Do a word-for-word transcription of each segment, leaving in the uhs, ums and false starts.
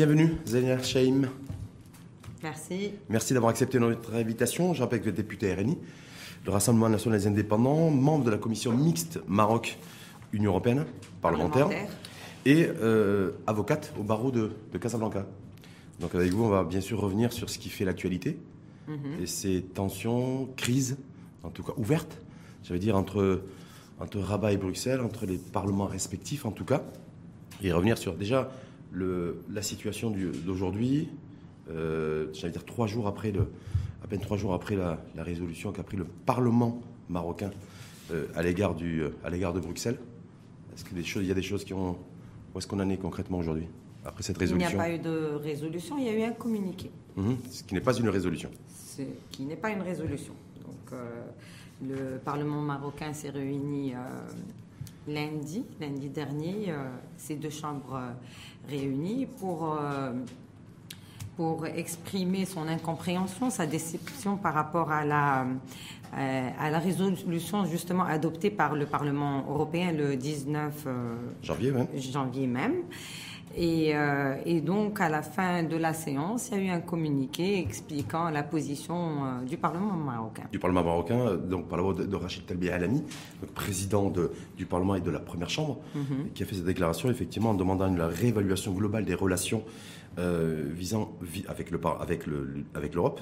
Bienvenue, Zenia Chaim. Merci. Merci d'avoir accepté notre invitation. Je rappelle que vous êtes député R N I, le Rassemblement national des indépendants, membre de la commission mixte Maroc-Union européenne, parlementaire, parlementaire. et euh, avocate au barreau de, de Casablanca. Donc avec vous, on va bien sûr revenir sur ce qui fait l'actualité mm-hmm. et ces tensions, crises, en tout cas ouvertes, j'allais dire, entre, entre Rabat et Bruxelles, entre les parlements respectifs en tout cas, et revenir sur déjà le, la situation du, d'aujourd'hui, euh, j'allais dire trois jours après le, à peine trois jours après la, la résolution qu'a pris le Parlement marocain euh, à l'égard du, à l'égard de Bruxelles. Est-ce que des choses, il y a des choses qui ont, où est-ce qu'on en est concrètement aujourd'hui après cette résolution? Il n'y a pas eu de résolution, il y a eu un communiqué. Mmh, ce qui n'est pas une résolution. Ce qui n'est pas une résolution. Donc euh, le Parlement marocain s'est réuni euh, lundi, lundi dernier, euh, ces deux chambres euh, réunies pour euh, pour exprimer son incompréhension, sa déception par rapport à la, euh, à la résolution justement adoptée par le Parlement européen le dix-neuf euh, janvier, même. janvier même. Et, euh, et donc, à la fin de la séance, il y a eu un communiqué expliquant la position euh, du Parlement marocain. Du Parlement marocain, donc par la voix de, de Rachid Talbi Alami, donc président de, du Parlement et de la première chambre, mm-hmm. qui a fait cette déclaration, effectivement, en demandant une réévaluation globale des relations euh, visant vi, avec, le, avec, le, avec l'Europe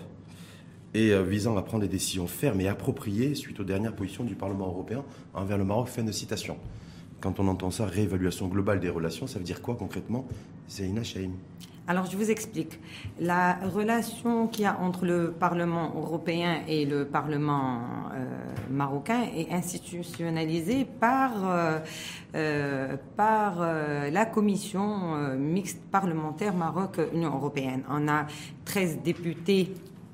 et euh, visant à prendre des décisions fermes et appropriées suite aux dernières positions du Parlement européen envers le Maroc. Fin de citation. Quand on entend ça, réévaluation globale des relations, ça veut dire quoi concrètement, Zenia Chaim? Alors, je vous explique. La relation qu'il y a entre le Parlement européen et le Parlement euh, marocain est institutionnalisée par, euh, euh, par euh, la commission euh, mixte parlementaire Maroc-Union européenne. On a treize députés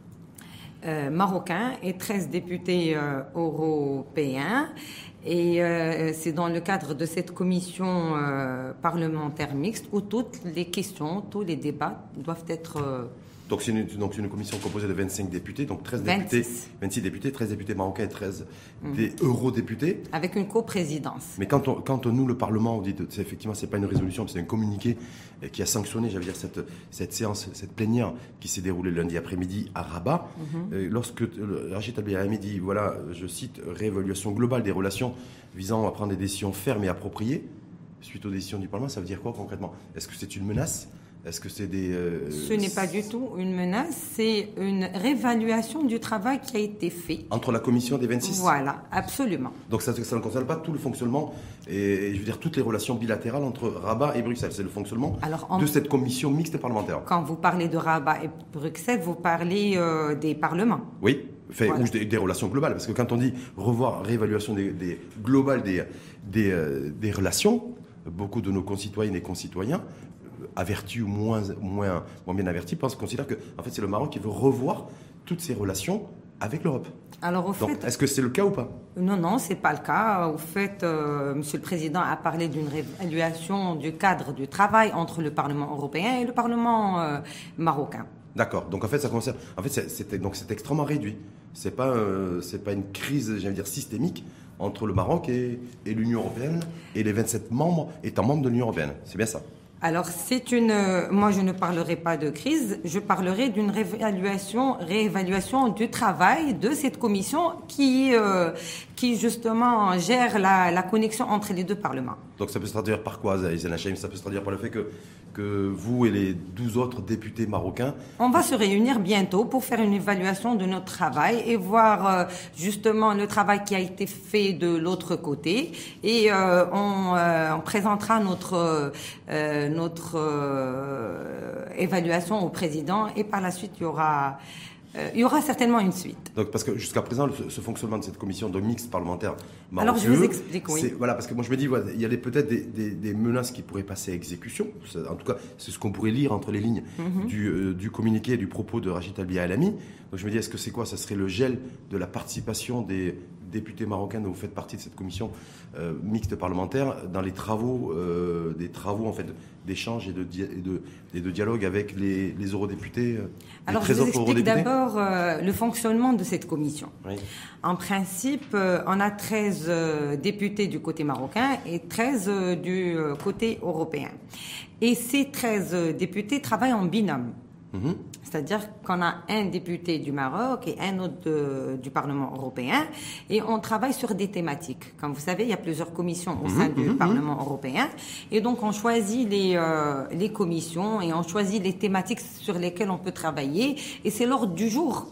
euh, marocains et treize députés euh, européens. Et euh, c'est dans le cadre de cette commission euh, parlementaire mixte où toutes les questions, tous les débats doivent être... Euh, donc, c'est une, donc c'est une commission composée de vingt-cinq députés, donc treize vingt-six. députés, vingt-six députés, treize députés marocains et treize mmh. des eurodéputés. Avec une coprésidence. Mais quand, on, quand on, nous, le Parlement, on dit que c'est, effectivement, ce n'est pas une résolution, c'est un communiqué qui a sanctionné, j'allais dire, cette, cette séance, cette plénière qui s'est déroulée lundi après-midi à Rabat. Mmh. Et lorsque Rachid Talbi Alami dit, voilà, je cite, réévaluation globale des relations visant à prendre des décisions fermes et appropriées suite aux décisions du Parlement, ça veut dire quoi concrètement? Est-ce que c'est une menace? Est-ce que c'est des... Euh, Ce n'est pas du tout une menace, c'est une réévaluation du travail qui a été fait. Entre la commission des vingt-six? Voilà, absolument. Donc ça, ça ne concerne pas tout le fonctionnement et, et je veux dire toutes les relations bilatérales entre Rabat et Bruxelles. C'est le fonctionnement Alors, en... de cette commission mixte parlementaire. Quand vous parlez de Rabat et Bruxelles, vous parlez euh, des parlements. Oui, fait, voilà. ou des, des relations globales. Parce que quand on dit revoir réévaluation des, des, globale des, des, euh, des relations, beaucoup de nos concitoyennes et concitoyens avertis ou moins, moins, moins bien avertis, pensent, considèrent que en fait, c'est le Maroc qui veut revoir toutes ses relations avec l'Europe. Alors, au Donc, fait, est-ce que c'est le cas ou pas? Non, non, c'est pas le cas. Au fait, euh, Monsieur le Président a parlé d'une réévaluation du cadre du travail entre le Parlement européen et le Parlement euh, marocain. D'accord. Donc en fait, ça concerne. En fait, c'est, c'est, donc c'est extrêmement réduit. C'est pas, euh, c'est pas une crise, j'allais dire, systémique entre le Maroc et, et l'Union européenne et les vingt-sept membres étant membres de l'Union européenne. C'est bien ça? Alors, c'est une. Moi, je ne parlerai pas de crise, je parlerai d'une réévaluation, réévaluation du travail de cette commission qui, euh, qui justement gère la, la connexion entre les deux parlements. Donc, ça peut se traduire par quoi, Zenia Chaim? Ça peut se traduire par le fait que, que vous et les douze autres députés marocains. On va se réunir bientôt pour faire une évaluation de notre travail et voir euh, justement le travail qui a été fait de l'autre côté. Et euh, on, euh, on présentera notre. Euh, notre euh, évaluation au président et par la suite il y aura euh, il y aura certainement une suite. Donc parce que jusqu'à présent ce, ce fonctionnement de cette commission de mixte parlementaire Maroc-U E, alors je vous explique oui. Voilà, parce que moi je me dis voilà, il y a des, peut-être des, des, des menaces qui pourraient passer à exécution. En tout cas c'est ce qu'on pourrait lire entre les lignes mm-hmm. du, euh, du communiqué et du propos de Rachid Talbi Alami. Donc je me dis est-ce que c'est quoi? Ça serait le gel de la participation des députés marocains, vous faites partie de cette commission euh, mixte parlementaire dans les travaux, euh, des travaux en fait d'échange et de, di- et de, et de dialogue avec les, les eurodéputés. Euh, Alors les je vous explique eurodéputés. d'abord euh, le fonctionnement de cette commission. Oui. En principe, euh, on a treize euh, députés du côté marocain et treize euh, du euh, côté européen. Et ces treize euh, députés travaillent en binôme. Mmh. C'est-à-dire qu'on a un député du Maroc et un autre de, du Parlement européen et on travaille sur des thématiques. Comme vous savez, il y a plusieurs commissions au sein mmh, du mmh, Parlement mmh. européen et donc on choisit les, euh, les commissions et on choisit les thématiques sur lesquelles on peut travailler et c'est l'ordre du jour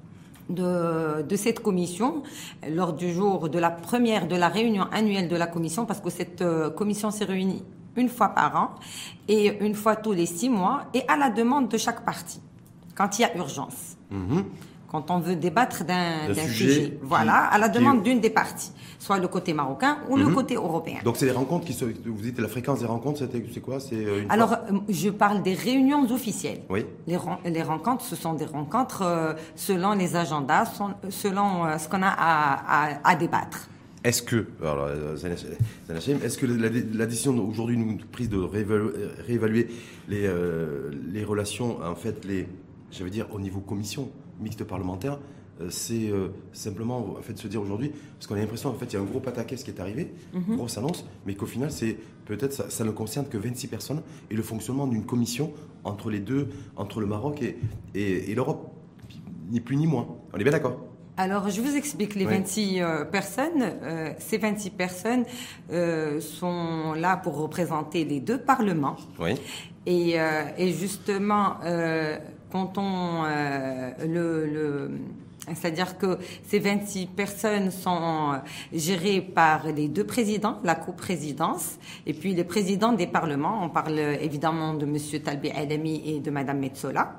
de, de cette commission, l'ordre du jour de la première, de la réunion annuelle de la commission, parce que cette euh, commission s'est réunie une fois par an et une fois tous les six mois et à la demande de chaque partie, quand il y a urgence. Mmh. Quand on veut débattre d'un, d'un sujet, sujet, voilà, à la demande est... d'une des parties, soit le côté marocain ou mmh. le côté européen. Donc c'est les rencontres qui se, vous dites la fréquence des rencontres, c'est quoi? C'est une Alors fois... je parle des réunions officielles. Oui. Les, les rencontres, ce sont des rencontres euh, selon les agendas, selon euh, ce qu'on a à, à, à débattre. Est-ce que, alors, est-ce que la, la décision aujourd'hui nous prise de réévaluer, réévaluer les, euh, les relations, en fait, les, j'allais dire au niveau commission mixte parlementaire, euh, c'est euh, simplement en fait se dire aujourd'hui, parce qu'on a l'impression en fait il y a un gros pataquès qui est arrivé, mm-hmm. grosse annonce, mais qu'au final c'est peut-être ça, ça ne concerne que vingt-six personnes et le fonctionnement d'une commission entre les deux, entre le Maroc et, et, et l'Europe, ni plus ni moins. On est bien d'accord? Alors, je vous explique les oui. vingt-six euh, personnes. Euh, ces vingt-six personnes euh, sont là pour représenter les deux parlements. Oui. Et, euh, et justement, euh, quand on euh, le, le c'est-à-dire que ces vingt-six personnes sont gérées par les deux présidents, la coprésidence, et puis les présidents des parlements. On parle évidemment de Monsieur Talbi Alami et de Madame Metsola.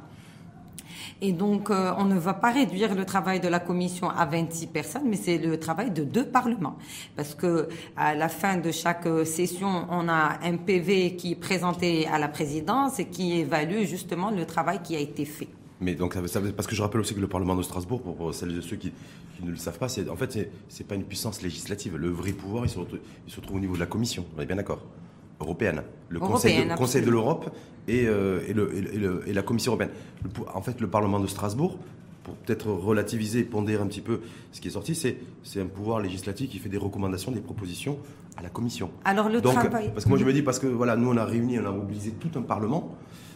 Et donc, euh, on ne va pas réduire le travail de la commission à vingt-six personnes, mais c'est le travail de deux parlements. Parce que à la fin de chaque session, on a un P V qui est présenté à la présidence et qui évalue justement le travail qui a été fait. Mais donc, ça, ça, parce que je rappelle aussi que le Parlement de Strasbourg, pour, pour celles et ceux qui, qui ne le savent pas, c'est, en fait, c'est, c'est pas une puissance législative. Le vrai pouvoir, il se retrouve, il se retrouve au niveau de la commission. On est bien d'accord? Européenne, le Conseil, Européenne, de, Conseil de l'Europe et, euh, et, le, et, le, et la Commission européenne. Le, en fait, le Parlement de Strasbourg, pour peut-être relativiser et pondérer un petit peu ce qui est sorti, c'est, c'est un pouvoir législatif qui fait des recommandations, des propositions à la Commission. Alors le Donc, travail... Parce que moi je me dis, parce que voilà, nous on a réuni, on a mobilisé tout un Parlement,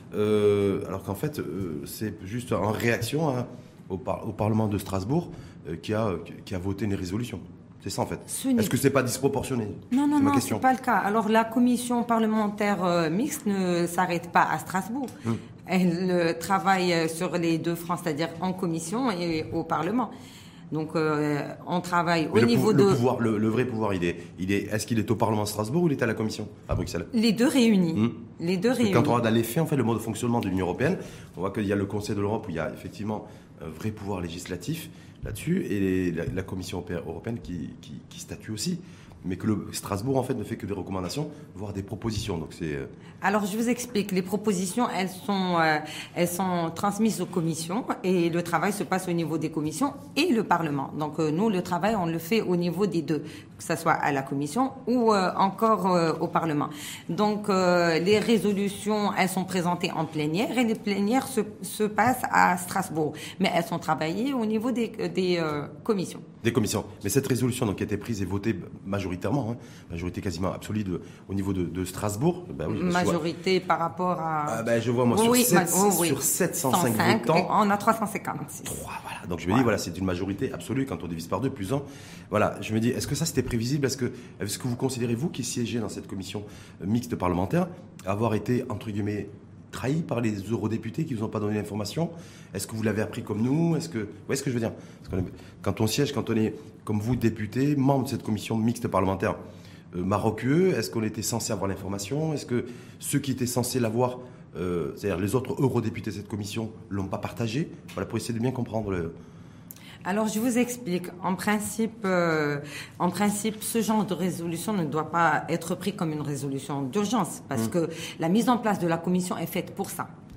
euh, alors qu'en fait euh, c'est juste en réaction à, au, par, au Parlement de Strasbourg euh, qui, a, qui a voté une résolution. C'est ça en fait. Ce Est-ce que c'est pas disproportionné? Non, non, c'est non, c'est pas le cas. Alors la commission parlementaire euh, mixte ne s'arrête pas à Strasbourg. Hum. Elle euh, travaille sur les deux fronts, c'est-à-dire en commission et au Parlement. Donc euh, on travaille Mais au le niveau pou- de... Le, pouvoir, le, le vrai pouvoir, il est, il est, est-ce qu'il est au Parlement de Strasbourg ou il est à la commission à Bruxelles? Les deux réunis. Hum. Les deux réunis. Quand on regarde dans les faits, en fait, le mode de fonctionnement de l'Union européenne, on voit qu'il y a le Conseil de l'Europe où il y a effectivement un vrai pouvoir législatif là-dessus, et les, la, la Commission européenne qui, qui, qui statue aussi, mais que le Strasbourg en fait ne fait que des recommandations, voire des propositions. Donc c'est. Euh... Alors je vous explique. Les propositions, elles sont, euh, elles sont transmises aux commissions et le travail se passe au niveau des commissions et le Parlement. Donc euh, nous, le travail, on le fait au niveau des deux, que ce soit à la commission ou euh, encore euh, au Parlement. Donc euh, les résolutions, elles sont présentées en plénière et les plénières se, se passent à Strasbourg, mais elles sont travaillées au niveau des, des euh, commissions. Des commissions. Mais cette résolution donc, qui a été prise et votée majoritairement, hein, majorité quasiment absolue de, au niveau de, de Strasbourg. Ben oui, majorité soit... par rapport à... Ah ben, je vois, moi, oui, sur, oui, sept, oui, oui. sur sept cent cinq votants... On a trois cent cinquante-six. trois, voilà. Donc je me ouais. dis, voilà, c'est une majorité absolue quand on divise par deux, plus un. Voilà, je me dis, est-ce que ça c'était prévisible? Est-ce que, est-ce que vous considérez, vous qui siégez dans cette commission mixte parlementaire, avoir été, entre guillemets, trahi par les eurodéputés qui ne vous ont pas donné l'information? Est-ce que vous l'avez appris comme nous? Est-ce que, vous voyez ce que je veux dire? Parce que quand on siège, quand on est, comme vous, député, membre de cette commission mixte parlementaire euh, maroc-U E, est-ce qu'on était censé avoir l'information? Est-ce que ceux qui étaient censés l'avoir, euh, c'est-à-dire les autres eurodéputés de cette commission, ne l'ont pas partagé? Voilà, pour essayer de bien comprendre le... Alors, je vous explique. En principe, euh, en principe, ce genre de résolution ne doit pas être pris comme une résolution d'urgence parce mmh. que la mise en place de la commission est faite pour ça.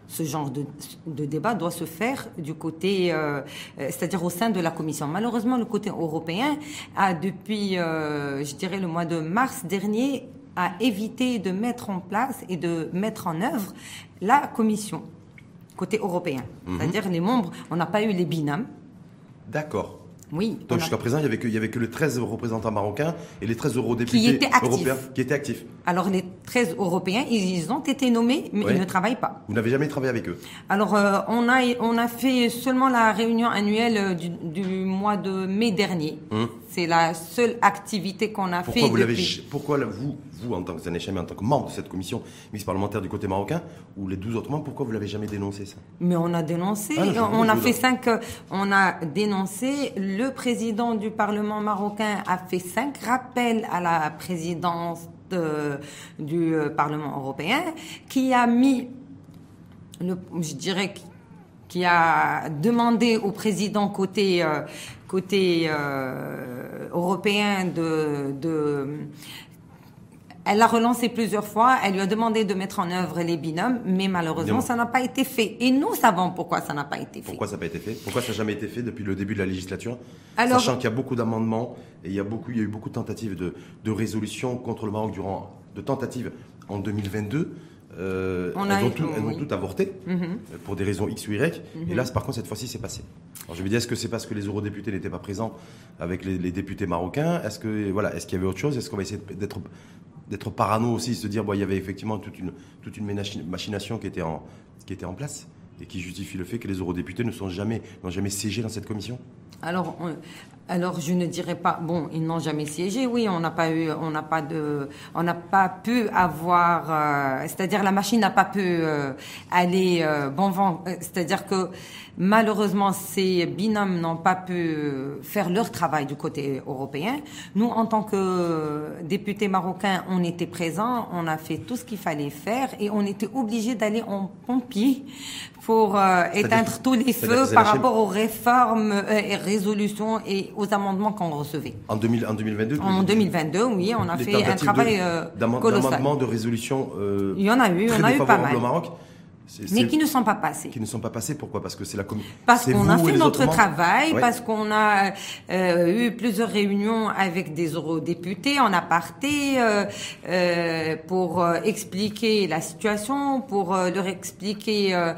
ce genre de, de débat doit se faire du côté, euh, c'est-à-dire au sein de la Commission. Malheureusement, le côté européen a, depuis, euh, je dirais, le mois de mars dernier, a évité de mettre en place et de mettre en œuvre la Commission, côté européen. Mm-hmm. C'est-à-dire les membres, on n'a pas eu les binômes. D'accord. Oui. Donc jusqu'à a... présent, il n'y avait, que, il y avait que les treize représentants marocains et les treize eurodéputés qui étaient européens qui étaient actifs. Alors les treize Européens, ils ont été nommés, mais oui. ils ne travaillent pas. Vous n'avez jamais travaillé avec eux? Alors euh, on, a, on a fait seulement la réunion annuelle du, du mois de mai dernier. Hum. C'est la seule activité qu'on a pourquoi fait vous depuis. Pourquoi vous, vous, en tant que Zanechemi, en tant que membre de cette commission mixte parlementaire du côté marocain, ou les douze autres membres, pourquoi vous l'avez jamais dénoncé ça? Mais on a dénoncé, ah, non, on a fait cinq, on a dénoncé, le président du Parlement marocain a fait cinq rappels à la présidence de, du Parlement européen, qui a mis, le, je dirais, qui a demandé au président côté euh, côté euh, européen de, de elle l'a relancé plusieurs fois, elle lui a demandé de mettre en œuvre les binômes, mais malheureusement, ça n'a pas été fait. Et nous savons pourquoi ça n'a pas été fait. Pourquoi ça n'a pas été fait? Pourquoi ça n'a jamais été fait depuis le début de la législature? Alors, sachant qu'il y a beaucoup d'amendements et il y a, beaucoup, il y a eu beaucoup de tentatives de, de résolution contre le Maroc durant de tentatives en deux mille vingt-deux. Euh, elles, a, ont tout, elles oui. ont tout avorté mm-hmm. pour des raisons X ou Y. Mm-hmm. Et là, par contre, cette fois-ci, c'est passé. Alors, je me dis, est-ce que c'est parce que les eurodéputés n'étaient pas présents avec les, les députés marocains? Est-ce que voilà, est-ce qu'il y avait autre chose? Est-ce qu'on va essayer d'être d'être parano aussi, se dire, bon, il y avait effectivement toute une toute une machination qui était en qui était en place et qui justifie le fait que les eurodéputés ne sont jamais n'ont jamais siégé dans cette commission? Alors, on, alors je ne dirais pas. Bon, ils n'ont jamais siégé. Oui, on n'a pas eu, on n'a pas de, on n'a pas pu avoir. Euh, c'est-à-dire la machine n'a pas pu euh, aller euh, bon vent. C'est-à-dire que malheureusement ces binômes n'ont pas pu faire leur travail du côté européen. Nous, en tant que députés marocains, on était présents, on a fait tout ce qu'il fallait faire et on était obligés d'aller en pompier pour euh, éteindre tous les feux par rapport aux réformes euh, et résolutions et aux amendements qu'on recevait. En, deux mille, en deux mille vingt-deux En deux mille vingt-deux, oui, on a fait un travail euh, colossal. D'amendements de résolution euh, il y en a eu, très on a eu pas mal. Au Maroc. C'est, mais qui ne sont pas passés. Qui ne sont pas passés, pourquoi? Parce que c'est la commission. Parce c'est qu'on a fait notre autrement. travail, ouais. parce qu'on a euh, eu plusieurs réunions avec des eurodéputés en aparté euh, euh, pour euh, expliquer la situation, pour euh, leur expliquer euh,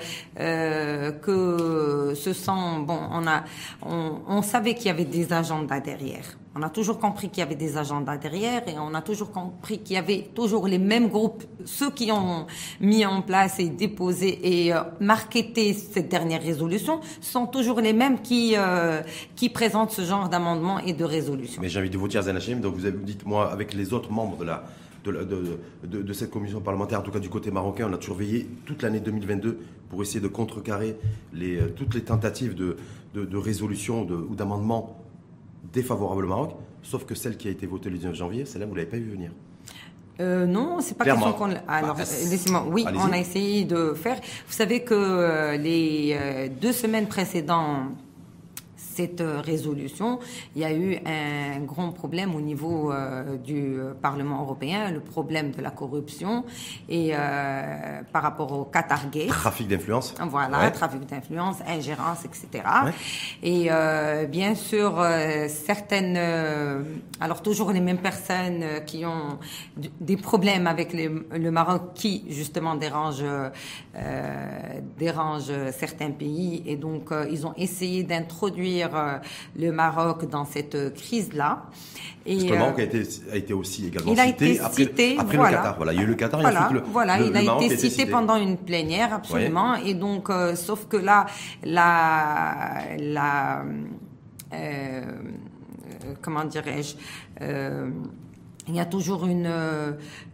euh, que ce sont bon, on a, on, on savait qu'il y avait des agendas derrière. On a toujours compris qu'il y avait des agendas derrière et on a toujours compris qu'il y avait toujours les mêmes groupes, ceux qui ont mis en place et déposé et euh, marketé cette dernière résolution sont toujours les mêmes qui euh, qui présentent ce genre d'amendements et de résolutions. Mais j'ai envie de vous dire, Zanechemi, donc vous avez dit, moi, avec les autres membres de la de, la, de, de, de cette commission parlementaire, en tout cas du côté marocain, on a toujours veillé toute l'année deux mille vingt-deux pour essayer de contrecarrer les, toutes les tentatives de, de, de résolution de, ou d'amendements défavorable au Maroc, sauf que celle qui a été votée le dix-neuf janvier, celle-là, vous ne l'avez pas vu venir. Euh, non, c'est pas question qu'on. Alors, bah, laissez-moi. Oui, allez-y. On a essayé de faire. Vous savez que euh, les euh, deux semaines précédentes, cette euh, résolution, il y a eu un grand problème au niveau euh, du Parlement européen, le problème de la corruption et euh, par rapport au Qatargate. Trafic d'influence. Voilà, ouais. Trafic d'influence, ingérence, et cetera. Ouais. Et euh, bien sûr, euh, certaines, euh, alors toujours les mêmes personnes euh, qui ont d- des problèmes avec les, le Maroc, qui justement dérangent, euh, dérangent certains pays, et donc euh, ils ont essayé d'introduire le Maroc dans cette crise-là. Et Parce que le Maroc a été, a été aussi également il a cité, été après, cité après voilà. le Qatar. Voilà, il y a eu le Qatar voilà, et ensuite le, voilà, le, il le a Maroc été a été cité, cité pendant une plénière, absolument. Ouais. Et donc, euh, sauf que là, la, la, euh, comment dirais-je, euh, il y a toujours une euh,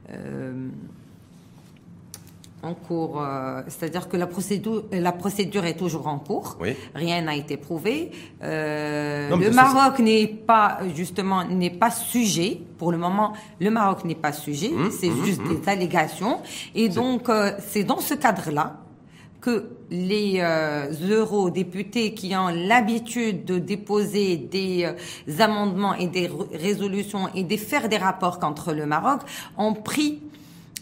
en cours, euh, c'est-à-dire que la procédure, la procédure est toujours en cours. Oui. Rien n'a été prouvé. Euh, non, le Maroc n'est pas justement n'est pas sujet pour le moment. Le Maroc n'est pas sujet. Mmh, c'est mmh, juste mmh. des allégations. Et c'est... donc euh, c'est dans ce cadre-là que les euh, eurodéputés qui ont l'habitude de déposer des euh, amendements et des r- résolutions et de faire des rapports contre le Maroc ont pris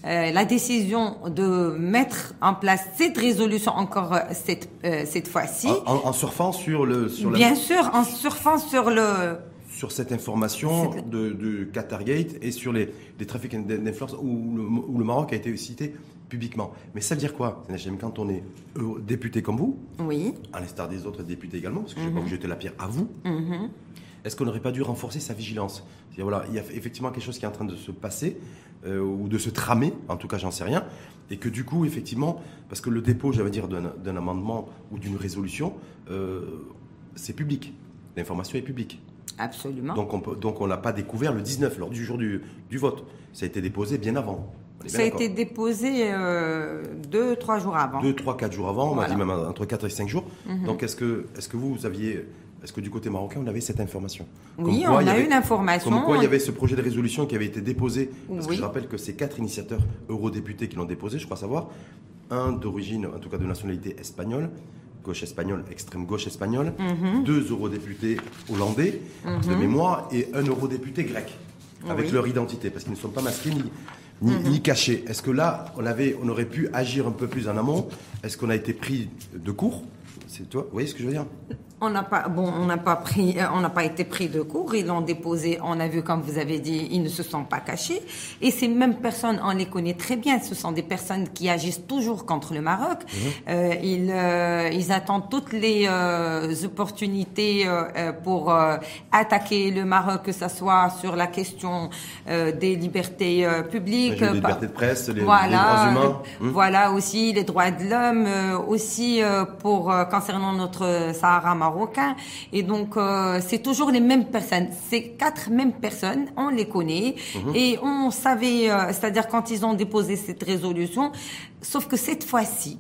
euh, la décision de mettre en place cette résolution encore cette, euh, cette fois-ci. En, en, en surfant sur le... Sur Bien la... sûr, en surfant sur le... Sur cette information de, de Qatargate et sur les, les trafics d'influence où le, où le Maroc a été cité publiquement. Mais ça veut dire quoi, quand on est député comme vous, oui, à l'instar des autres députés également, parce que je n'ai mm-hmm. pas voulu jeter la pierre à vous, mm-hmm. est-ce qu'on n'aurait pas dû renforcer sa vigilance? Voilà, il y a effectivement quelque chose qui est en train de se passer, euh, ou de se tramer, en tout cas j'en sais rien, et que du coup, effectivement, parce que le dépôt, j'allais dire, d'un, d'un amendement ou d'une résolution, euh, c'est public, l'information est publique. Absolument. Donc on peut, donc on l'a pas découvert le dix-neuf, lors du jour du, du vote. Ça a été déposé bien avant. Bien ça a été déposé euh, deux, trois jours avant. Deux, trois, quatre jours avant. On voilà. m'a dit même entre quatre et cinq jours. Mm-hmm. Donc est-ce que, est-ce que vous, vous aviez, est-ce que du côté marocain, on avait cette information? Oui, on a eu l'information. Comme quoi, il y avait ce projet de résolution qui avait été déposé. Parce oui. que je rappelle que c'est quatre initiateurs eurodéputés qui l'ont déposé, je crois savoir. Un d'origine, en tout cas de nationalité espagnole. Gauche espagnole, extrême gauche espagnole, mm-hmm. deux eurodéputés hollandais mm-hmm. de mémoire et un eurodéputé grec, avec oui. leur identité, parce qu'ils ne sont pas masqués ni, ni, mm-hmm. ni cachés. Est-ce que là, on, avait, on aurait pu agir un peu plus en amont? Est-ce qu'on a été pris de court? C'est toi, vous voyez ce que je veux dire? On n'a pas, bon, on n'a pas pris, on n'a pas été pris de court. Ils l'ont déposé. On a vu, comme vous avez dit, ils ne se sont pas cachés. Et ces mêmes personnes, on les connaît très bien. Ce sont des personnes qui agissent toujours contre le Maroc. Mmh. Euh, ils, euh, ils attendent toutes les euh, opportunités euh, pour euh, attaquer le Maroc, que ça soit sur la question euh, des libertés euh, publiques, les libertés de presse, les, voilà, les droits humains. Mmh. Voilà aussi les droits de l'homme, euh, aussi euh, pour euh, concernant notre Sahara marocain. Et donc, euh, c'est toujours les mêmes personnes. Ces quatre mêmes personnes, on les connaît. Mmh. Et on savait, euh, c'est-à-dire quand ils ont déposé cette résolution, sauf que cette fois-ci,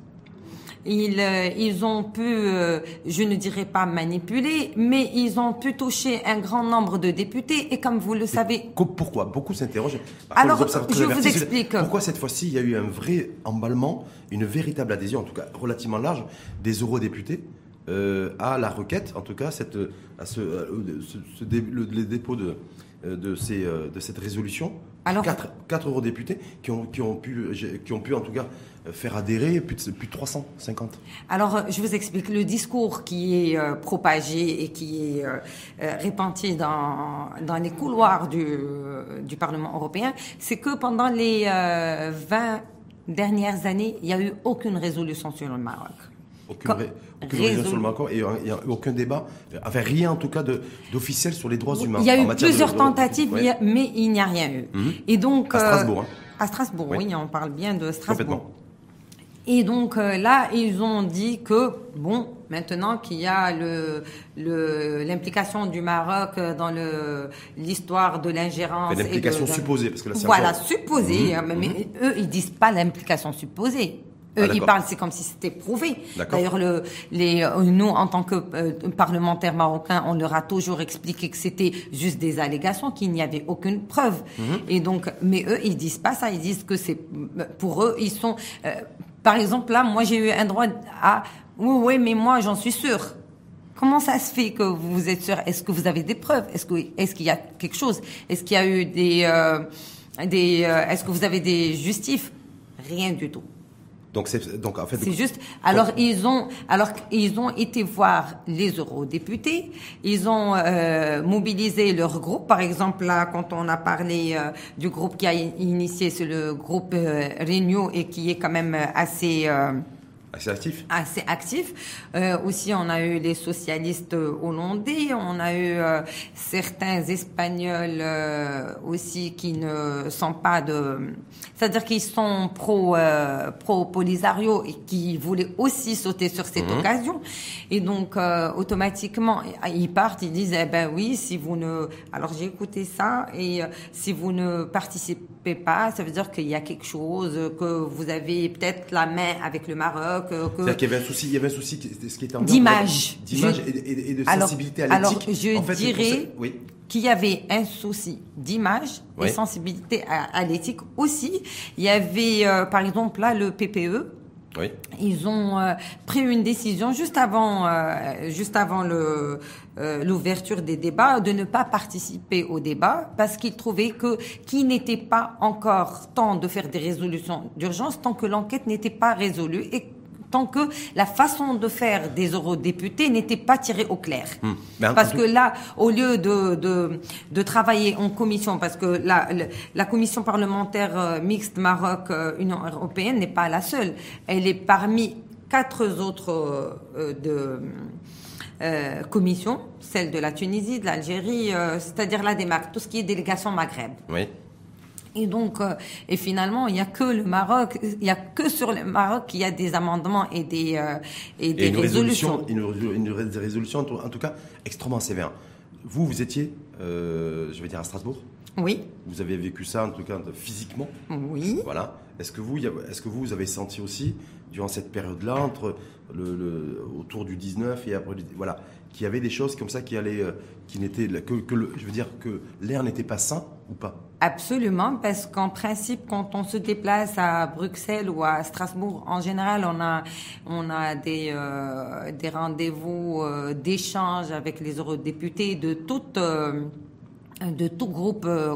ils, euh, ils ont pu, euh, je ne dirais pas manipuler, mais ils ont pu toucher un grand nombre de députés. Et comme vous le savez... Pourquoi? Beaucoup s'interrogent. Alors, je vous explique. Pourquoi cette fois-ci, il y a eu un vrai emballement, une véritable adhésion, en tout cas relativement large, des eurodéputés Euh, à la requête, en tout cas, cette, à ce, ce, ce dé, le, le dépôt de, de, ces, de cette résolution. Alors, quatre, quatre eurodéputés qui ont, qui, ont pu, qui ont pu, en tout cas, faire adhérer plus de, plus de trois cent cinquante. Alors, je vous explique. Le discours qui est euh, propagé et qui est euh, euh, répandu dans, dans les couloirs du, euh, du Parlement européen, c'est que pendant les euh, vingt dernières années, il n'y a eu aucune résolution sur le Maroc. Aucune, ré, aucune résolution sur le Maroc et il n'y a aucun débat, enfin rien en tout cas de, d'officiel sur les droits humains. Il y a eu plusieurs de, tentatives, de, ouais. mais il n'y a rien eu. Mm-hmm. Et donc, à Strasbourg. Hein. À Strasbourg, oui. oui, on parle bien de Strasbourg. Et donc euh, là, ils ont dit que, bon, maintenant qu'il y a le, le, l'implication du Maroc dans le, l'histoire de l'ingérence... Mais l'implication et de, de, supposée, parce que là, c'est Voilà, encore... supposée, mm-hmm. mais, mais eux, ils disent pas l'implication supposée. Eux, ah, ils parlent, c'est comme si c'était prouvé. D'accord. D'ailleurs, le, les, nous, en tant que euh, parlementaires marocains, on leur a toujours expliqué que c'était juste des allégations, qu'il n'y avait aucune preuve. Mm-hmm. Et donc, mais eux, ils disent pas ça. Ils disent que c'est, pour eux, ils sont, euh, par exemple, là, moi, j'ai eu un droit à, oui, oui, mais moi, j'en suis sûre. Comment ça se fait que vous êtes sûr? Est-ce que vous avez des preuves? Est-ce que, est-ce qu'il y a quelque chose? Est-ce qu'il y a eu des, euh, des, euh, est-ce que vous avez des justifs? Rien du tout. Donc c'est donc en fait c'est juste alors donc, ils ont alors ils ont été voir les eurodéputés, ils ont euh, mobilisé leur groupe. Par exemple là, quand on a parlé euh, du groupe qui a initié, c'est le groupe euh, Renew et qui est quand même assez euh, Assez actif. Assez actif. Euh, aussi, on a eu les socialistes hollandais, on a eu euh, certains Espagnols euh, aussi qui ne sont pas de... C'est-à-dire qu'ils sont pro, euh, pro-Polisario et qui voulaient aussi sauter sur cette mmh. occasion. Et donc, euh, automatiquement, ils partent, ils disent, eh ben oui, si vous ne... Alors, j'ai écouté ça et euh, si vous ne participez pas, ça veut dire qu'il y a quelque chose, que vous avez peut-être la main avec le Maroc. Que... C'est-à-dire qu'il y avait un souci, il y avait un souci, ce qui était en d'image, d'image je... et, et, et de sensibilité alors, à l'éthique. Alors, je en fait, dirais oui. qu'il y avait un souci d'image oui. et sensibilité à, à l'éthique aussi. Il y avait, euh, par exemple, là, le P P E Oui. Ils ont euh, pris une décision juste avant, euh, juste avant le, euh, l'ouverture des débats de ne pas participer au débat parce qu'ils trouvaient que qu'il n'était pas encore temps de faire des résolutions d'urgence tant que l'enquête n'était pas résolue et tant que la façon de faire des eurodéputés n'était pas tirée au clair. Mmh. Ben, parce que là, au lieu de, de, de travailler en commission, parce que la, la, la commission parlementaire mixte Maroc-Union européenne n'est pas la seule. Elle est parmi quatre autres euh, de, euh, commissions, celle de la Tunisie, de l'Algérie, euh, c'est-à-dire la démarque, tout ce qui est délégation Maghreb. Oui. Et donc, euh, et finalement, il y a que le Maroc, il y a que sur le Maroc qu'il y a des amendements et des euh, et des et une résolutions. Résolution, une, une résolution, en tout cas, extrêmement sévère. Vous, vous étiez, euh, je vais dire, à Strasbourg. Oui. Vous avez vécu ça, en tout cas, physiquement. Oui. Voilà. Est-ce que vous, est-ce que vous, vous avez senti aussi, durant cette période-là, entre le, le autour du dix-neuf et après, voilà, qu'il y avait des choses comme ça qui allaient, qui n'étaient que, que le, je veux dire que l'air n'était pas sain ou pas? Absolument, parce qu'en principe, quand on se déplace à Bruxelles ou à Strasbourg, en général, on a, on a des, euh, des rendez-vous euh, d'échange avec les eurodéputés de toutes, euh, de tout groupe euh,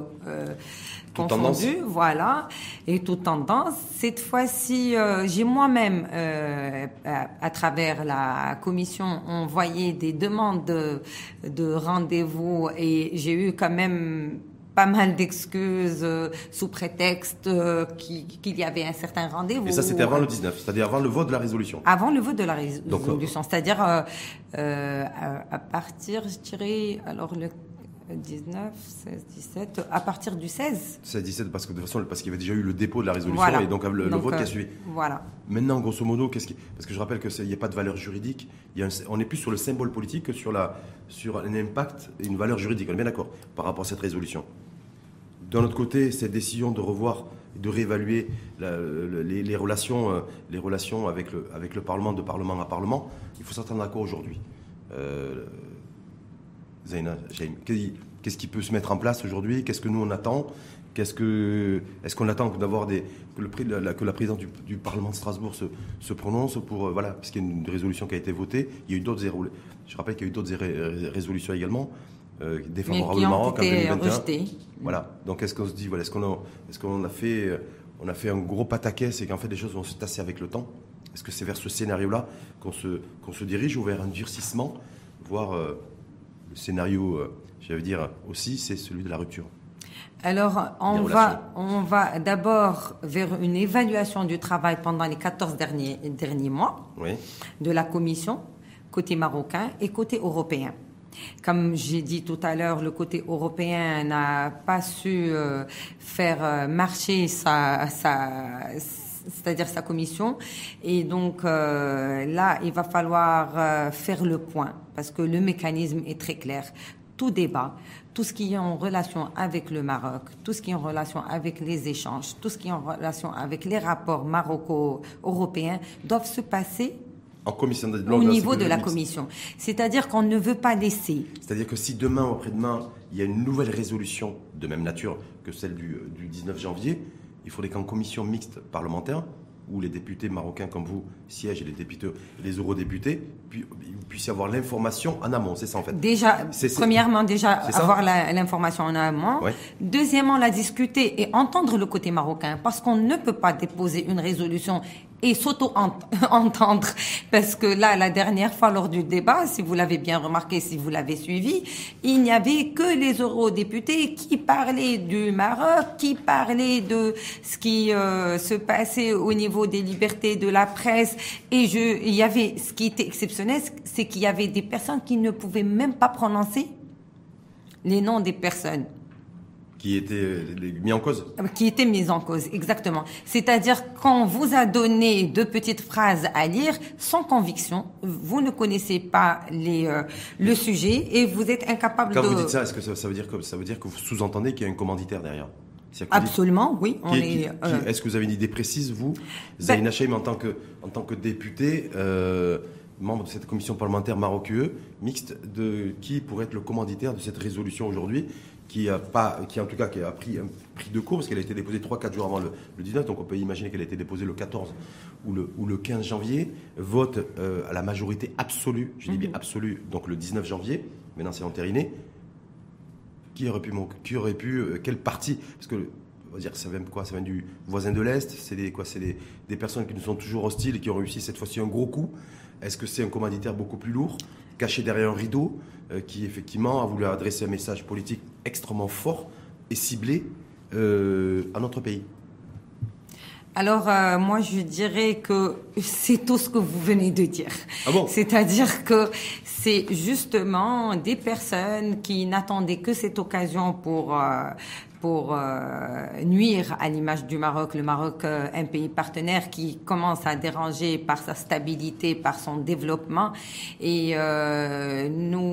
confondu, voilà, et toute tendance. Cette fois-ci, euh, j'ai moi-même, euh, à, à travers la commission, envoyé des demandes de, de rendez-vous et j'ai eu quand même pas mal d'excuses euh, sous prétexte euh, qu'il, qu'il y avait un certain rendez-vous. Et ça, c'était avant le dix-neuf, c'est-à-dire avant le vote de la résolution. Avant le vote de la résolution, Donc, euh, c'est-à-dire euh, euh, à, à partir, je dirais, alors le dix-neuf, seize, dix-sept, à partir du seize. seize, dix-sept, parce que de toute façon, parce qu'il y avait déjà eu le dépôt de la résolution voilà. et donc le, donc, le vote euh, qui a suivi. Voilà. Maintenant, grosso modo, qu'est-ce qui, parce que je rappelle que il n'y a pas de valeur juridique, il y a un, on est plus sur le symbole politique que sur la, sur un impact et une valeur juridique. On est bien d'accord par rapport à cette résolution. D'un autre côté, cette décision de revoir, de réévaluer la, les, les relations, euh, les relations avec le, avec le Parlement, de Parlement à Parlement, il faut s'attendre à quoi aujourd'hui? euh, Zaina, qu'est-ce qui peut se mettre en place aujourd'hui? Qu'est-ce que nous on attend? Qu'est-ce que, est-ce qu'on attend d'avoir des, que, le, que la présidente du, du Parlement de Strasbourg se, se prononce pour, euh, voilà, parce qu'il y a une résolution qui a été votée. Il y a eu d'autres, je rappelle qu'il y a eu d'autres résolutions également. Euh, défavorables au Maroc en deux mille vingt et un. Rejetés. Voilà. Donc est-ce qu'on se dit, voilà, est-ce qu'on a, est-ce qu'on a fait, on a fait un gros pataquès et qu'en fait les choses vont se tasser avec le temps? Est-ce que c'est vers ce scénario-là qu'on se, qu'on se dirige ou vers un durcissement, voire euh, le scénario, euh, j'allais dire aussi, c'est celui de la rupture? Alors, on va, on va d'abord vers une évaluation du travail pendant les quatorze derniers, derniers mois oui. de la Commission, côté marocain et côté européen. Comme j'ai dit tout à l'heure, le côté européen n'a pas su euh, faire marcher sa, sa, c'est-à-dire sa commission. Et donc euh, là, il va falloir euh, faire le point parce que le mécanisme est très clair. Tout débat, tout ce qui est en relation avec le Maroc, tout ce qui est en relation avec les échanges, tout ce qui est en relation avec les rapports maroco-européens doivent se passer en commission de au niveau de la commission. C'est-à-dire qu'on ne veut pas laisser. C'est-à-dire que si demain ou après-demain, il y a une nouvelle résolution de même nature que celle du, du dix-neuf janvier, il faudrait qu'en commission mixte parlementaire, où les députés marocains comme vous siègent et les députés, les eurodéputés, puis, puissent avoir l'information en amont. C'est ça en fait. Déjà, c'est, c'est, premièrement, déjà avoir la, l'information en amont. Ouais. Deuxièmement, la discuter et entendre le côté marocain, parce qu'on ne peut pas déposer une résolution et s'auto-entendre. Parce que là, la dernière fois, lors du débat, si vous l'avez bien remarqué, si vous l'avez suivi, il n'y avait que les eurodéputés qui parlaient du Maroc, qui parlaient de ce qui euh, se passait au niveau des libertés de la presse. Et je, il y avait, ce qui était exceptionnel, c'est qu'il y avait des personnes qui ne pouvaient même pas prononcer les noms des personnes. Qui étaient mis en cause. Qui étaient mis en cause, exactement. C'est-à-dire qu'on vous a donné deux petites phrases à lire sans conviction, vous ne connaissez pas les, euh, le sujet et vous êtes incapable Quand de... Quand vous dites ça, est-ce que ça, ça veut dire que ça veut dire que vous sous-entendez qu'il y a un commanditaire derrière? Absolument, dites, oui. On qui, est, qui, euh... qui, est-ce que vous avez une idée précise, vous, Zaina Chaim, en tant que en tant que député, euh, membre de cette commission parlementaire Maroc-U E mixte, de, qui pourrait être le commanditaire de cette résolution aujourd'hui, qui a pas, qui en tout cas qui a pris un prix de cours parce qu'elle a été déposée trois quatre jours avant le, le dix-neuf, donc on peut imaginer qu'elle a été déposée le quatorze ou le, ou le quinze janvier. Vote euh, à la majorité absolue, je dis bien absolue, donc le dix-neuf janvier. Maintenant c'est entériné. Qui aurait pu, qui aurait pu, euh, quel parti, parce que on va dire ça vient quoi, ça vient du voisin de l'Est, c'est des quoi, c'est des, des personnes qui nous sont toujours hostiles et qui ont réussi cette fois-ci un gros coup. Est-ce que c'est un commanditaire beaucoup plus lourd, caché derrière un rideau, euh, qui effectivement a voulu adresser un message politique extrêmement fort et ciblé euh, à notre pays? Alors, euh, moi, je dirais que c'est tout ce que vous venez de dire. Ah bon? C'est-à-dire que c'est justement des personnes qui n'attendaient que cette occasion pour euh, pour euh, nuire à l'image du Maroc. Le Maroc, euh, un pays partenaire qui commence à déranger par sa stabilité, par son développement. Et euh,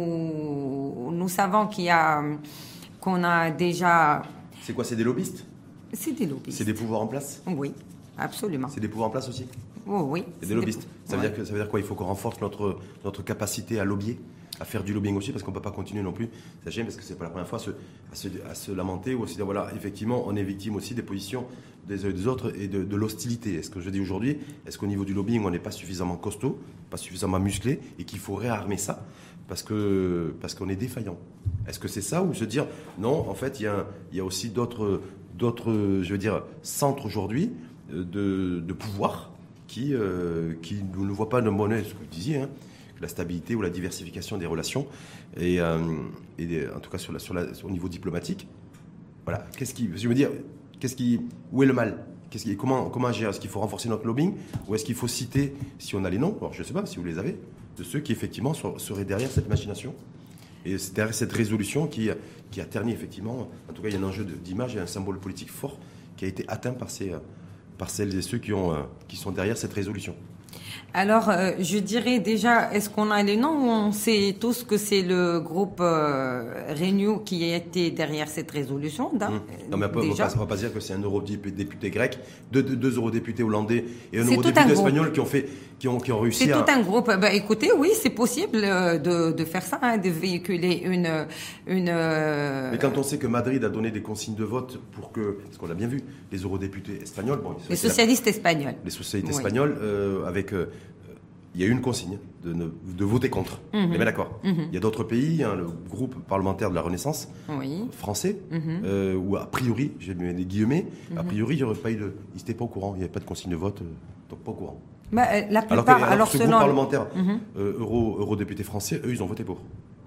nous nous savons qu'il y a qu'on a déjà. C'est quoi? C'est des lobbyistes? C'est des lobbyistes. C'est des pouvoirs en place? Oui. Absolument. C'est des pouvoirs en place aussi? Oh, oui. C'est des lobbyistes. Des... Ça, veut ouais. dire que, ça veut dire quoi? Il faut qu'on renforce notre, notre capacité à lobbyer, à faire du lobbying aussi, parce qu'on ne peut pas continuer non plus. Ça gêne parce que c'est pas la première fois à se, à se, à se lamenter ou aussi dire voilà, effectivement, on est victime aussi des positions des uns et des autres et de, de l'hostilité. Est-ce que je dis aujourd'hui, est-ce qu'au niveau du lobbying, on n'est pas suffisamment costaud, pas suffisamment musclé et qu'il faut réarmer ça parce que parce qu'on est défaillant? Est-ce que c'est ça ou se dire non, en fait, il y a, il y a aussi d'autres, d'autres, je veux dire, centres aujourd'hui de, de pouvoir qui, euh, qui ne voient pas d'un bon œil ce que vous disiez, hein, la stabilité ou la diversification des relations, et, euh, et des, en tout cas sur la, sur la, sur, au niveau diplomatique. Voilà. Qu'est-ce qui, je veux dire, qu'est-ce qui, où est le mal? Qu'est-ce qui, comment, comment agir? Est-ce qu'il faut renforcer notre lobbying ou est-ce qu'il faut citer, si on a les noms, alors je ne sais pas si vous les avez, de ceux qui effectivement seraient derrière cette machination et c'est derrière cette résolution qui, qui a terni effectivement, en tout cas il y a un enjeu d'image et un symbole politique fort qui a été atteint par ces par celles et ceux qui, ont, euh, qui sont derrière cette résolution? Alors, euh, je dirais déjà, est-ce qu'on a les noms ou on sait tous que c'est le groupe euh, Renew qui a été derrière cette résolution? Mmh. Non, mais on ne va, va pas dire que c'est un eurodéputé grec, deux, deux, deux eurodéputés hollandais et un eurodéputé espagnol qui ont, fait, qui ont, qui ont réussi c'est à... C'est tout un groupe. Ben, écoutez, oui, c'est possible de, de faire ça, hein, de véhiculer une... une mais quand on sait que Madrid a donné des consignes de vote pour que... Parce qu'on l'a bien vu, les eurodéputés espagnols... Bon, les socialistes la, espagnols. Les socialistes oui. espagnols, euh, avec... Euh, il y a eu une consigne de, ne, de voter contre. Mm-hmm. On est bien d'accord. Mm-hmm. Il y a d'autres pays, hein, le groupe parlementaire de la Renaissance oui. français, mm-hmm. euh, où a priori, j'ai mis des guillemets, mm-hmm. a priori, il n'y aurait pas eu de, ils n'étaient pas au courant, il n'y avait pas de consigne de vote, euh, donc pas au courant. Bah, euh, la plupart, alors que, alors alors ce selon... groupe parlementaire, mm-hmm. euh, euro, eurodéputés français, eux, ils ont voté pour,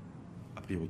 a priori.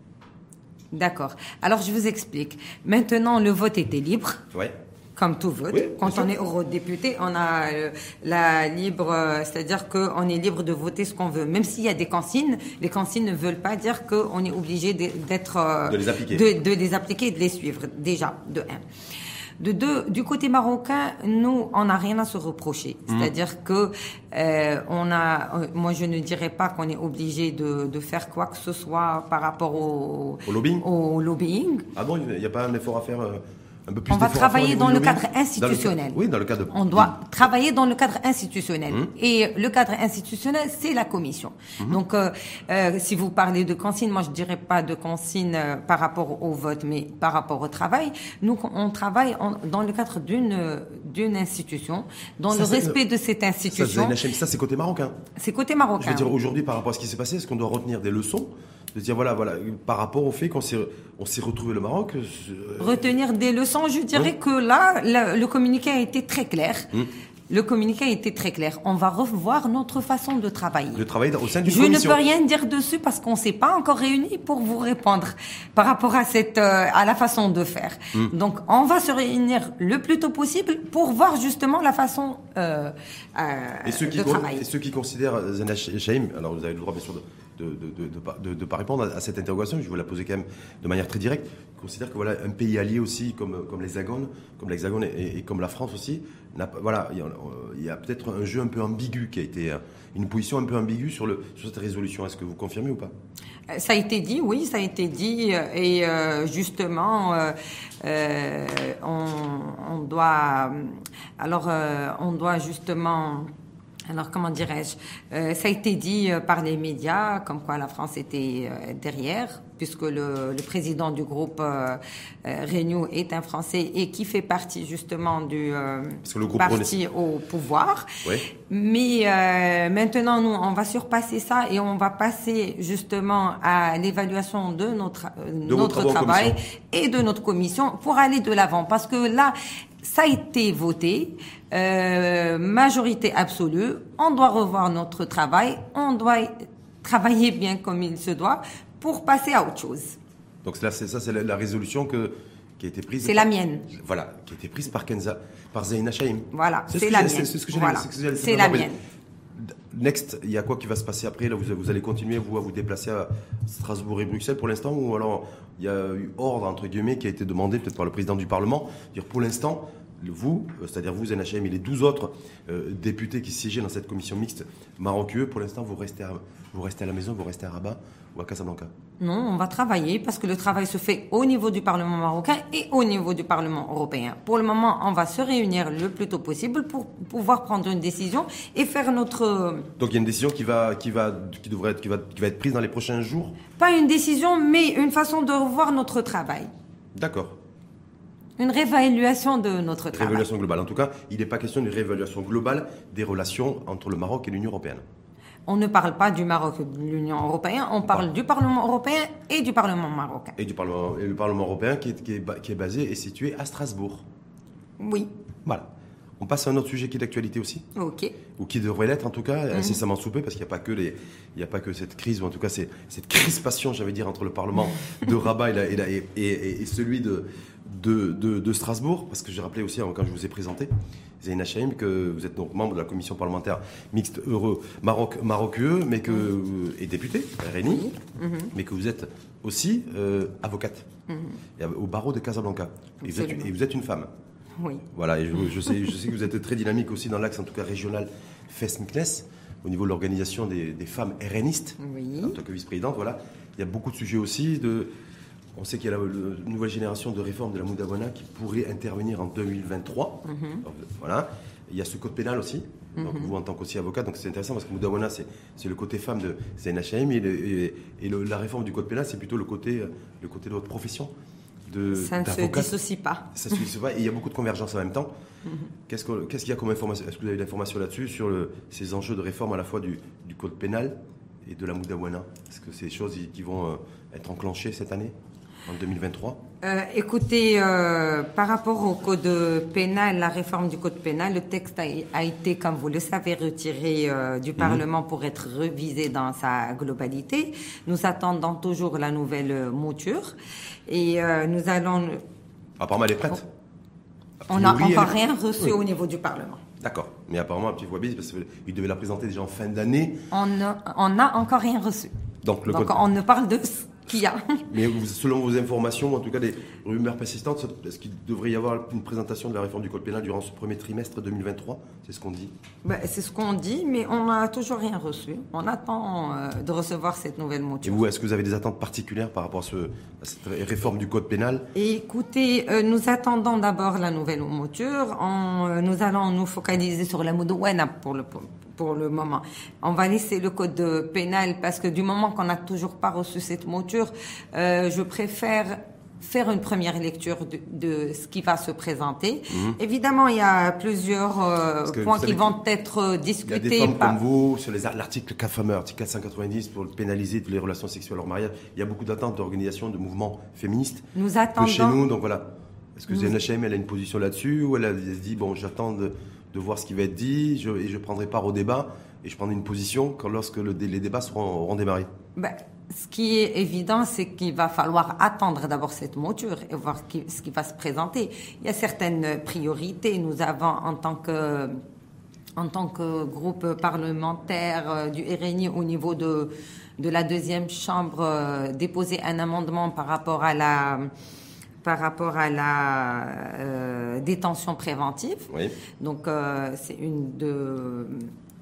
D'accord. Alors je vous explique. Maintenant, le vote était libre. Ouais. Comme tout vote. Oui, quand on est eurodéputé, on a euh, la libre, euh, c'est-à-dire qu'on est libre de voter ce qu'on veut. Même s'il y a des consignes, les consignes ne veulent pas dire qu'on est obligé d'être... Euh, de les appliquer. De, de les appliquer et de les suivre, déjà, de un. De deux, du côté marocain, nous, on n'a rien à se reprocher. Mmh. C'est-à-dire que euh, on a, euh, moi, je ne dirais pas qu'on est obligé de, de faire quoi que ce soit par rapport au, au lobbying. Au lobbying. Ah bon, il n'y a pas un effort à faire euh... Un peu plus on va travailler dans le cadre dans institutionnel. Le cadre, oui, dans le cadre. On doit travailler dans le cadre institutionnel. Mmh. Et le cadre institutionnel, c'est la commission. Mmh. Donc, euh, euh, si vous parlez de consigne, moi, je dirais pas de consigne euh, par rapport au vote, mais par rapport au travail. Nous, on travaille en, dans le cadre d'une d'une institution, dans ça, le respect de cette institution. Ça, ça c'est côté marocain. C'est côté marocain. Je veux dire, aujourd'hui, par rapport à ce qui s'est passé, est-ce qu'on doit retenir des leçons? De dire, voilà, voilà, par rapport au fait qu'on s'est, on s'est retrouvé le Maroc. Euh... Retenir des leçons, je dirais hein? que là, la, le communiqué a été très clair. Hum. Le communiqué a été très clair. On va revoir notre façon de travailler. De travailler au sein d'une Je commission. Je ne peux rien dire dessus parce qu'on ne s'est pas encore réunis pour vous répondre par rapport à cette, euh, à la façon de faire. Hum. Donc, on va se réunir le plus tôt possible pour voir justement la façon euh, euh, et ceux qui de travailler. Et ceux qui considèrent Zena Chaïm, alors vous avez le droit bien sûr de de de de, de, de, de pas répondre à cette interrogation, je vais la poser quand même de manière très directe. Considère que voilà un pays allié aussi comme comme l'Hexagone, comme l'Hexagone et, et comme la France aussi, n'a, voilà il y a, il y a peut-être un jeu un peu ambigu qui a été une position un peu ambiguë sur le sur cette résolution. Est-ce que vous confirmez ou pas? Ça a été dit, oui, ça a été dit, et euh, justement, euh, euh, on, on doit, alors, euh, on doit justement Alors, comment dirais-je, euh, ça a été dit euh, par les médias, comme quoi la France était euh, derrière, puisque le, le président du groupe euh, euh, Renew est un Français et qui fait partie justement du euh, parti au pouvoir. Oui. Mais euh, maintenant, nous, on va surpasser ça et on va passer justement à l'évaluation de notre, euh, de notre travail et de notre commission pour aller de l'avant. Parce que là, ça a été voté, euh, majorité absolue. On doit revoir notre travail, on doit travailler bien comme il se doit pour passer à autre chose. Donc là, c'est ça, c'est la, la résolution que, qui a été prise. C'est par, la mienne. Voilà, qui a été prise par Kenza, par Zeina Chaïm. Voilà, c'est, c'est la mienne. C'est, c'est ce que j'ai voilà. C'est, c'est la mienne. Next, il y a quoi qui va se passer après? Là, vous, vous allez continuer vous à vous déplacer à Strasbourg et Bruxelles pour l'instant, ou alors il y a eu ordre entre guillemets qui a été demandé peut-être par le président du Parlement, dire pour l'instant. Vous, c'est-à-dire vous, Zeina Chaïm, et les douze autres euh, députés qui siégeaient dans cette commission mixte Maroc-U E, pour l'instant, vous restez, à, vous restez à la maison, vous restez à Rabat ou à Casablanca? Non, on va travailler parce que le travail se fait au niveau du Parlement marocain et au niveau du Parlement européen. Pour le moment, on va se réunir le plus tôt possible pour pouvoir prendre une décision et faire notre... Donc il y a une décision qui va, qui va, qui devrait être, qui va, qui va être prise dans les prochains jours? Pas une décision, mais une façon de revoir notre travail. D'accord. Une réévaluation de notre travail. Réévaluation globale. En tout cas, il n'est pas question d'une réévaluation globale des relations entre le Maroc et l'Union européenne. On ne parle pas du Maroc et de l'Union européenne, on parle ah. du Parlement européen et du Parlement marocain. Et, du Parlement, et le Parlement européen qui est, qui, est, qui est basé et situé à Strasbourg. Oui. Voilà. On passe à un autre sujet qui est d'actualité aussi. Ok. Ou qui devrait l'être en tout cas, mm-hmm. incessamment sous peu, parce qu'il n'y a pas que les, il n'y a pas que cette crise, ou en tout cas c'est, cette crispation, j'allais dire, entre le Parlement de Rabat et, la, et, la, et, et, et celui de, de, de, de Strasbourg, parce que j'ai rappelé aussi quand je vous ai présenté, Zeina Chaïm, que vous êtes donc membre de la commission parlementaire mixte Euro Maroc Maroc-U E, mais que mm-hmm. et député R N I, mm-hmm. mais que vous êtes aussi euh, avocate mm-hmm. au barreau de Casablanca. Et vous, êtes, et vous êtes une femme. Oui. Voilà, et je, je, sais, je sais que vous êtes très dynamique aussi dans l'axe, en tout cas régional, Fes-Meknès, au niveau de l'organisation des, des femmes RNistes, oui. en tant que vice-présidente. Voilà. Il y a beaucoup de sujets aussi. De, on sait qu'il y a la, la nouvelle génération de réforme de la Moudawana qui pourrait intervenir en deux mille vingt-trois. Mm-hmm. Donc, voilà. Il y a ce code pénal aussi, donc mm-hmm. vous en tant qu'aussi avocat, donc c'est intéressant parce que Moudawana, c'est, c'est le côté femme de Zeina Chaïm et, et, et le, la réforme du code pénal, c'est plutôt le côté, le côté de votre profession. De, ça ne se dissocie pas. Ça se dissocie pas et il y a beaucoup de convergence en même temps. Mm-hmm. Qu'est-ce, que, qu'est-ce qu'il y a comme information? Est-ce que vous avez l'information là-dessus sur le, ces enjeux de réforme à la fois du, du code pénal et de la Moudawana? Est-ce que c'est des choses qui vont euh, être enclenchées cette année, en deux mille vingt-trois? euh, Écoutez, euh, par rapport au code pénal, la réforme du code pénal, le texte a, a été, comme vous le savez, retiré euh, du mmh. Parlement pour être révisé dans sa globalité. Nous attendons toujours la nouvelle mouture et euh, nous allons... Apparemment, elle est prête. On n'a encore rien reçu oui. au niveau du Parlement. D'accord, mais apparemment, un petit voix parce qu'il devait la présenter déjà en fin d'année. On n'a encore rien reçu. Donc, le Donc code... on ne parle de... qu'il y a. Mais vous, selon vos informations, en tout cas des rumeurs persistantes, est-ce qu'il devrait y avoir une présentation de la réforme du code pénal durant ce premier trimestre deux mille vingt-trois? C'est ce qu'on dit. Ben, c'est ce qu'on dit, mais on n'a toujours rien reçu. On attend euh, de recevoir cette nouvelle mouture. Et vous, est-ce que vous avez des attentes particulières par rapport à, ce, à cette réforme du code pénal? Écoutez, euh, nous attendons d'abord la nouvelle mouture. On, euh, nous allons nous focaliser sur la Moudawana pour le pour, pour le moment. On va laisser le code pénal parce que du moment qu'on n'a toujours pas reçu cette mouture, euh, je préfère faire une première lecture de, de ce qui va se présenter. Mmh. Évidemment, il y a plusieurs euh, points qui vont être discutés. Il y a des femmes par... comme vous, sur les, l'article fameux, article quatre cent quatre-vingt-dix, pour pénaliser toutes les relations sexuelles hors mariage. Il y a beaucoup d'attentes d'organisations, de mouvements féministes. Nous attendons... Que chez nous, donc voilà. Est-ce que Zeina Chaïm, elle a une position là-dessus, ou elle, a, elle se dit, bon, j'attends de, de voir ce qui va être dit, je, et je prendrai part au débat, et je prendrai une position quand, lorsque le, les débats seront, auront démarré? Ben, ce qui est évident, c'est qu'il va falloir attendre d'abord cette mouture et voir ce qui, ce qui va se présenter. Il y a certaines priorités. Nous avons, en tant que, en tant que groupe parlementaire du R N I au niveau de, de la deuxième chambre, déposé un amendement par rapport à la... par rapport à la euh, détention préventive. Oui. Donc, euh, c'est une de...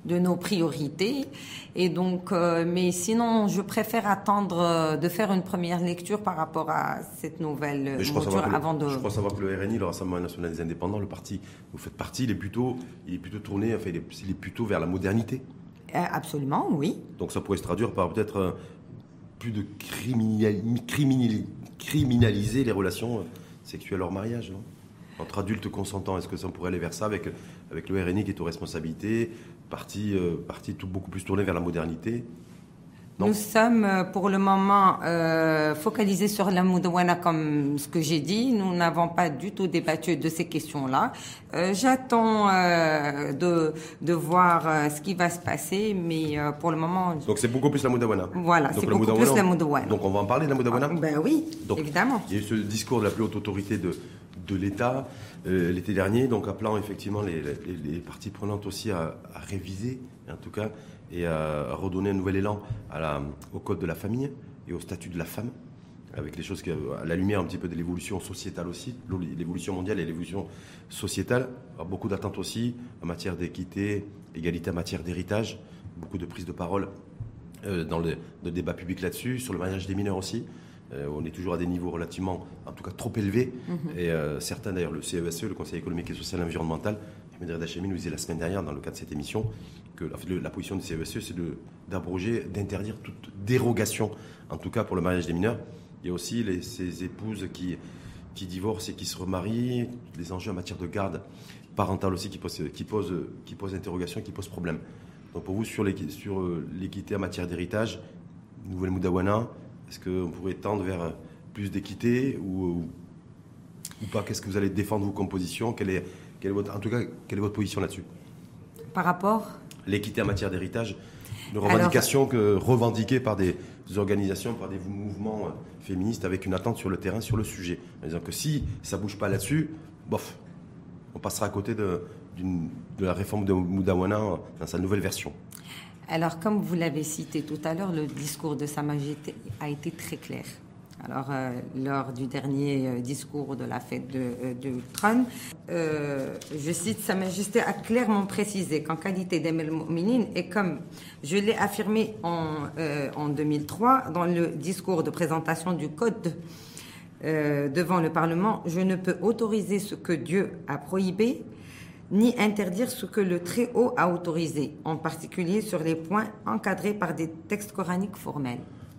de nos priorités. Et donc, euh, mais sinon, je préfère attendre euh, de faire une première lecture par rapport à cette nouvelle mais je crois mouture le, avant de... Je crois savoir que le R N I, le Rassemblement national des indépendants, le parti vous faites partie, il est plutôt, il est plutôt tourné, enfin, il est, il est plutôt vers la modernité. Euh, absolument, oui. Donc ça pourrait se traduire par peut-être euh, plus de criminal, criminal, criminaliser les relations euh, sexuelles hors mariage, non ? Entre adultes consentants, est-ce que ça pourrait aller vers ça avec, avec le R N I qui est aux responsabilités, parti, euh, parti tout beaucoup plus tourné vers la modernité? Non. Nous sommes pour le moment euh, focalisés sur la Moudawana comme ce que j'ai dit. Nous n'avons pas du tout débattu de ces questions-là. Euh, j'attends euh, de, de voir euh, ce qui va se passer, mais euh, pour le moment... Donc c'est beaucoup plus la Moudawana. Voilà, c'est beaucoup plus la Moudawana. Donc on va en parler de la Moudawana. Ah, ben oui, donc, évidemment. Il y a eu ce discours de la plus haute autorité de, de l'État euh, l'été dernier, donc appelant effectivement les, les, les parties prenantes aussi à, à réviser, en tout cas, et à redonner un nouvel élan à la, au code de la famille et au statut de la femme, avec les choses qui, à la lumière un petit peu de l'évolution sociétale aussi, l'évolution mondiale et l'évolution sociétale. Alors, beaucoup d'attentes aussi en matière d'équité, égalité en matière d'héritage, beaucoup de prises de parole euh, dans le, le débat public là-dessus, sur le mariage des mineurs aussi. Euh, on est toujours à des niveaux relativement, en tout cas trop élevés. Mm-hmm. Et euh, certains, d'ailleurs, le C E S E, le Conseil économique et social et environnemental, Ahmed Reda Chemi nous disait la semaine dernière, dans le cadre de cette émission, que en fait, le, la position du C E S E, c'est de, d'abroger, d'interdire toute dérogation, en tout cas pour le mariage des mineurs. Il y a aussi les, ces épouses qui, qui divorcent et qui se remarient, les enjeux en matière de garde parentale aussi qui posent, qui posent, qui posent interrogation, qui posent problème. Donc pour vous, sur, les, sur l'équité en matière d'héritage, Nouvelle Moudawana, est-ce qu'on pourrait tendre vers plus d'équité ou, ou, ou pas? Qu'est-ce que vous allez défendre, vous, comme position? Quelle est, quelle est votre, en tout cas, quelle est votre position là-dessus? Par rapport l'équité en matière d'héritage, une revendication Alors, que, revendiquée par des organisations, par des mouvements féministes avec une attente sur le terrain, sur le sujet. En disant que si ça ne bouge pas là-dessus, bof, on passera à côté de, d'une, de la réforme de Moudawana dans sa nouvelle version. Alors, comme vous l'avez cité tout à l'heure, le discours de Sa Majesté a été très clair. Alors, euh, lors du dernier euh, discours de la fête de, euh, de trône, euh, je cite, Sa Majesté a clairement précisé qu'en qualité d'Amir al-Mo'minin, et comme je l'ai affirmé en, euh, en deux mille trois dans le discours de présentation du Code euh, devant le Parlement, je ne peux autoriser ce que Dieu a prohibé, ni interdire ce que le Très-Haut a autorisé, en particulier sur les points encadrés par des textes coraniques formels.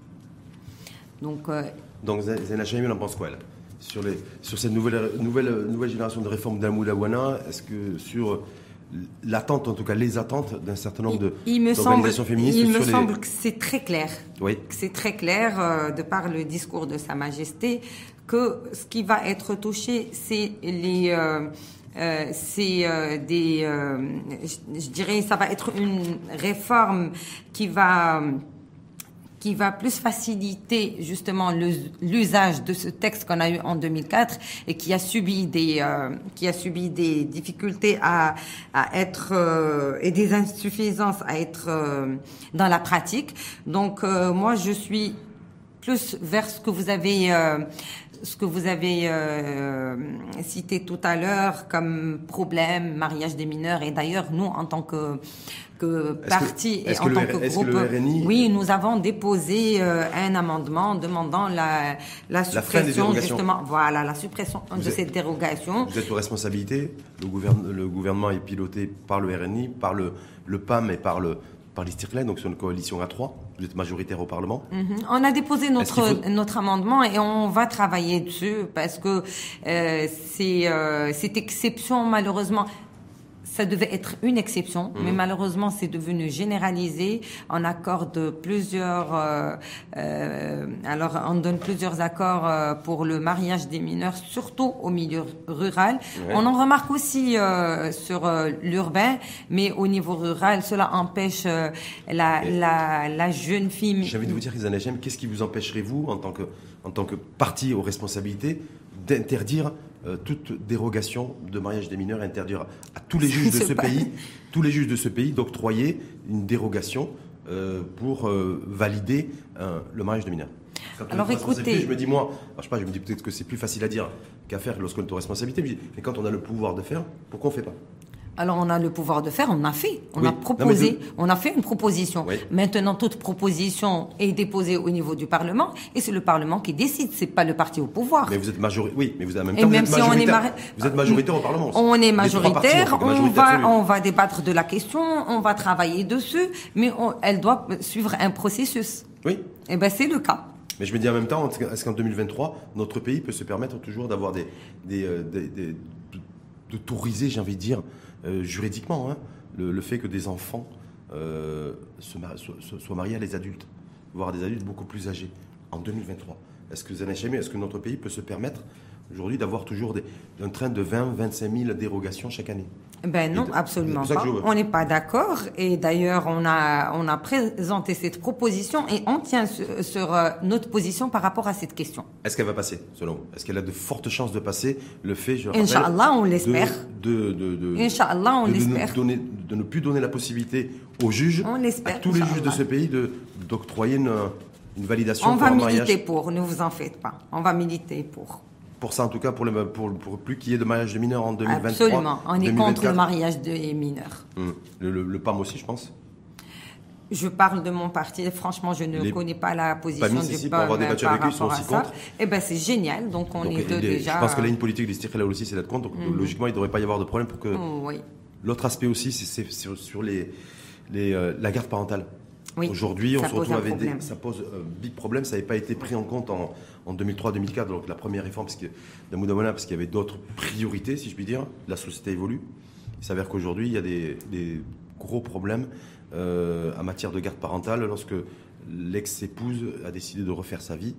Donc, euh, Donc Zeina Chahimi, on en pense quoi, elle, sur, les, sur cette nouvelle, nouvelle, nouvelle génération de réforme de la Moudawana? Est-ce que sur l'attente, en tout cas les attentes d'un certain nombre de, il me d'organisations semble, féministes Il me sur semble les... que c'est très clair. Oui. Que c'est très clair, euh, de par le discours de Sa Majesté, que ce qui va être touché, c'est les... Euh, Euh, c'est euh, des, euh, je, je dirais, ça va être une réforme qui va, qui va plus faciliter justement le, l'usage de ce texte qu'on a eu en deux mille quatre et qui a subi des, euh, qui a subi des difficultés à, à être euh, et des insuffisances à être euh, dans la pratique. Donc euh, moi, je suis plus vers ce que vous avez. Euh, ce que vous avez euh, cité tout à l'heure comme problème, mariage des mineurs, et d'ailleurs, nous, en tant que, que parti et en tant que groupe, oui, nous avons déposé euh, un amendement demandant la, la suppression, justement, voilà, la suppression de cette dérogation. Vous êtes aux responsabilités, le gouvernement, le gouvernement est piloté par le R N I, par le, le P A M et par le par l'Istirclen, donc sur une coalition à trois. Vous êtes majoritaire au Parlement. Mm-hmm. On a déposé notre faut... notre amendement et on va travailler dessus parce que euh, c'est euh, cette exception, malheureusement, ça devait être une exception, mmh. mais malheureusement, c'est devenu généralisé. On accorde plusieurs, euh, euh, alors on donne plusieurs accords euh, pour le mariage des mineurs, surtout au milieu rural. Ouais. On en remarque aussi euh, sur euh, l'urbain, mais au niveau rural, cela empêche euh, la, la, la jeune fille. J'ai envie de vous dire, Zeina Chahimi, qu'est-ce qui vous empêcherait, vous, en tant que, en tant que parti aux responsabilités, d'interdire euh, toute dérogation de mariage des mineurs, interdire à tous les juges de ce pas... pays, tous les juges de ce pays d'octroyer une dérogation euh, pour euh, valider euh, le mariage des mineurs. Quand alors écoutez, je me dis moi, alors, je sais pas, je me dis peut-être que c'est plus facile à dire qu'à faire lorsqu'on est aux responsabilités, mais quand on a le pouvoir de faire, pourquoi on ne fait pas? Alors, on a le pouvoir de faire, on a fait, on oui. a proposé, non, de... on a fait une proposition. Oui. Maintenant, toute proposition est déposée au niveau du Parlement et c'est le Parlement qui décide, c'est pas le parti au pouvoir. Mais vous êtes majoritaire, oui, mais vous avez en même et temps, même vous êtes si on est majoritaire, mar... vous êtes majoritaire au Parlement aussi. On est majoritaire, partis, on va, on va débattre de la question, on va travailler dessus, mais on, elle doit suivre un processus. Oui. Et ben c'est le cas. Mais je me dis en même temps, est-ce qu'en deux mille vingt-trois, notre pays peut se permettre toujours d'avoir des, des, des, des de, de touriser, j'ai envie de dire, euh, juridiquement, hein, le, le fait que des enfants euh, se, se, soient mariés à des adultes, voire des adultes beaucoup plus âgés, en deux mille vingt-trois. Est-ce que Zana Chemi, est-ce que notre pays peut se permettre aujourd'hui d'avoir toujours des, un train de vingt à vingt-cinq mille dérogations chaque année? Ben non, de, absolument pas. On n'est pas d'accord. Et d'ailleurs, on a, on a présenté cette proposition et on tient sur, sur euh, notre position par rapport à cette question. Est-ce qu'elle va passer, selon vous? Est-ce qu'elle a de fortes chances de passer? Le fait, je rappelle, Inch'Allah, on l'espère. De, de, de, de, Inch'Allah, on de, l'espère. De, de ne plus donner la possibilité aux juges, on à tous les juges de ce pays, de, d'octroyer une, une validation on pour un mariage. On va militer pour, ne vous en faites pas. On va militer pour. Pour ça, en tout cas, pour, le, pour, pour plus qu'il y ait de mariage de mineurs en deux mille vingt-trois. Absolument, on est contre le mariage des mineurs. Hum. Le, le, le P A M aussi, je pense. Je parle de mon parti. Franchement, je ne les... connais pas la position P A M du ici, P A M pour avoir débattu avec eux, ils sont aussi contre. Eh ben, c'est génial. Donc, on donc, est deux les, déjà. Je pense que la ligne politique de l'Istiqlal aussi, c'est d'être contre. Donc, mm-hmm. logiquement, il ne devrait pas y avoir de problème pour que. Oh, oui. L'autre aspect aussi, c'est sur, sur les, les, euh, la garde parentale. Oui, aujourd'hui, on se retrouve avec des, ça pose un big problème. Ça n'avait pas été pris en compte en, en deux mille trois deux mille quatre, donc la première réforme parce que, de Moudawana, parce qu'il y avait d'autres priorités, si je puis dire. La société évolue. Il s'avère qu'aujourd'hui, il y a des, des gros problèmes euh, en matière de garde parentale lorsque l'ex-épouse a décidé de refaire sa vie.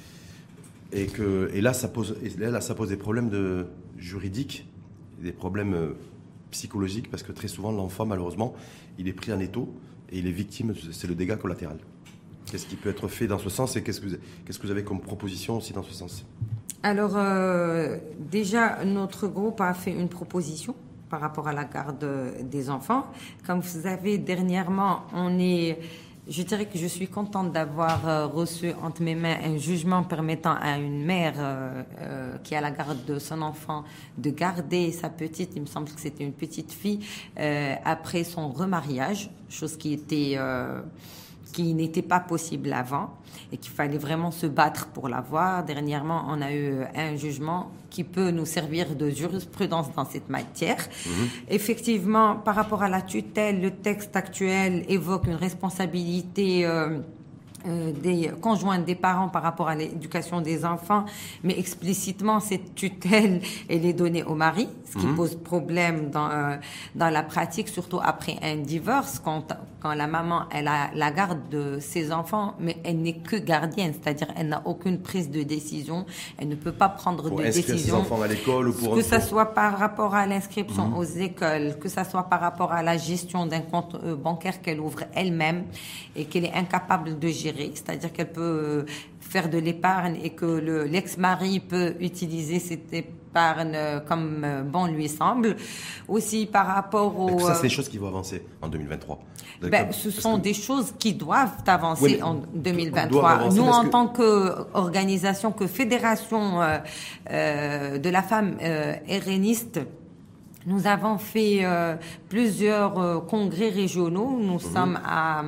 Et, que, et, là, ça pose, et là, ça pose des problèmes de, juridiques, des problèmes euh, psychologiques, parce que très souvent, l'enfant, malheureusement, il est pris en étau. Et il est victime, c'est le dégât collatéral. Qu'est-ce qui peut être fait dans ce sens et qu'est-ce que vous, qu'est-ce que vous avez comme proposition aussi dans ce sens? Alors, euh, déjà, notre groupe a fait une proposition par rapport à la garde des enfants. Comme vous savez, dernièrement, on est... Je dirais que je suis contente d'avoir reçu entre mes mains un jugement permettant à une mère euh, euh, qui a la garde de son enfant de garder sa petite, il me semble que c'était une petite fille, euh, après son remariage, chose qui était... Euh, qui n'était pas possible avant et qu'il fallait vraiment se battre pour l'avoir. Dernièrement, on a eu un jugement qui peut nous servir de jurisprudence dans cette matière. Mmh. Effectivement, par rapport à la tutelle, le texte actuel évoque une responsabilité euh, Euh, des conjoints des parents par rapport à l'éducation des enfants, mais explicitement cette tutelle elle est donnée au mari, ce qui mmh. pose problème dans euh, dans la pratique, surtout après un divorce, quand quand la maman elle a la garde de ses enfants, mais elle n'est que gardienne, c'est-à-dire elle n'a aucune prise de décision, elle ne peut pas prendre pour de décision. Ses enfants à l'école ou pour que un... ça soit par rapport à l'inscription mmh. aux écoles, que ça soit par rapport à la gestion d'un compte euh, bancaire qu'elle ouvre elle-même et qu'elle est incapable de gérer. C'est-à-dire qu'elle peut faire de l'épargne et que le, l'ex-mari peut utiliser cette épargne comme bon lui semble. Aussi par rapport au... Ça, c'est des choses qui vont avancer en deux mille vingt-trois. Ben, ce sont que... des choses qui doivent avancer oui, en deux mille vingt-trois. Nous, en que... tant qu'organisation, que fédération euh, euh, de la femme euh, RNiste, nous avons fait euh, plusieurs euh, congrès régionaux. Nous mmh. sommes à...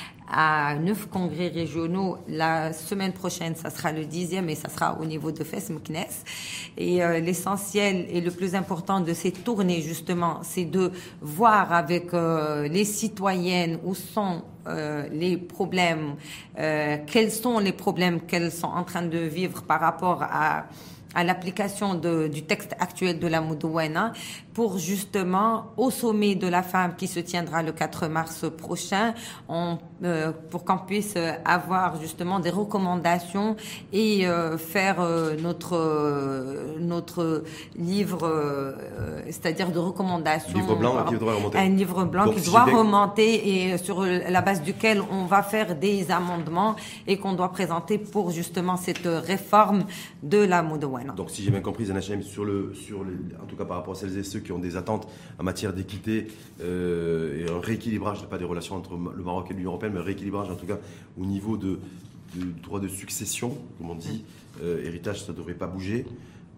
à neuf congrès régionaux. La semaine prochaine, ça sera le dixième et ça sera au niveau de Fès Meknes. Et euh, l'essentiel et le plus important de ces tournées, justement, c'est de voir avec euh, les citoyennes où sont euh, les problèmes, euh, quels sont les problèmes qu'elles sont en train de vivre par rapport à à l'application de, du texte actuel de la Moudawana pour justement, au sommet de la femme qui se tiendra le quatre mars prochain, on, euh, pour qu'on puisse avoir justement des recommandations et euh, faire euh, notre euh, notre livre, euh, c'est-à-dire de recommandations. Livre blanc qui devrait remonter. Un livre blanc Donc, qui si doit bien... remonter et sur la base duquel on va faire des amendements et qu'on doit présenter pour justement cette réforme de la Moudawana. Donc, si j'ai bien compris, Zana Chemi, sur le, sur les, en tout cas par rapport à celles et ceux qui ont des attentes en matière d'équité euh, et un rééquilibrage, pas des relations entre le Maroc et l'Union européenne, mais un rééquilibrage en tout cas au niveau de, de droit de succession, comme on dit, euh, héritage, ça ne devrait pas bouger.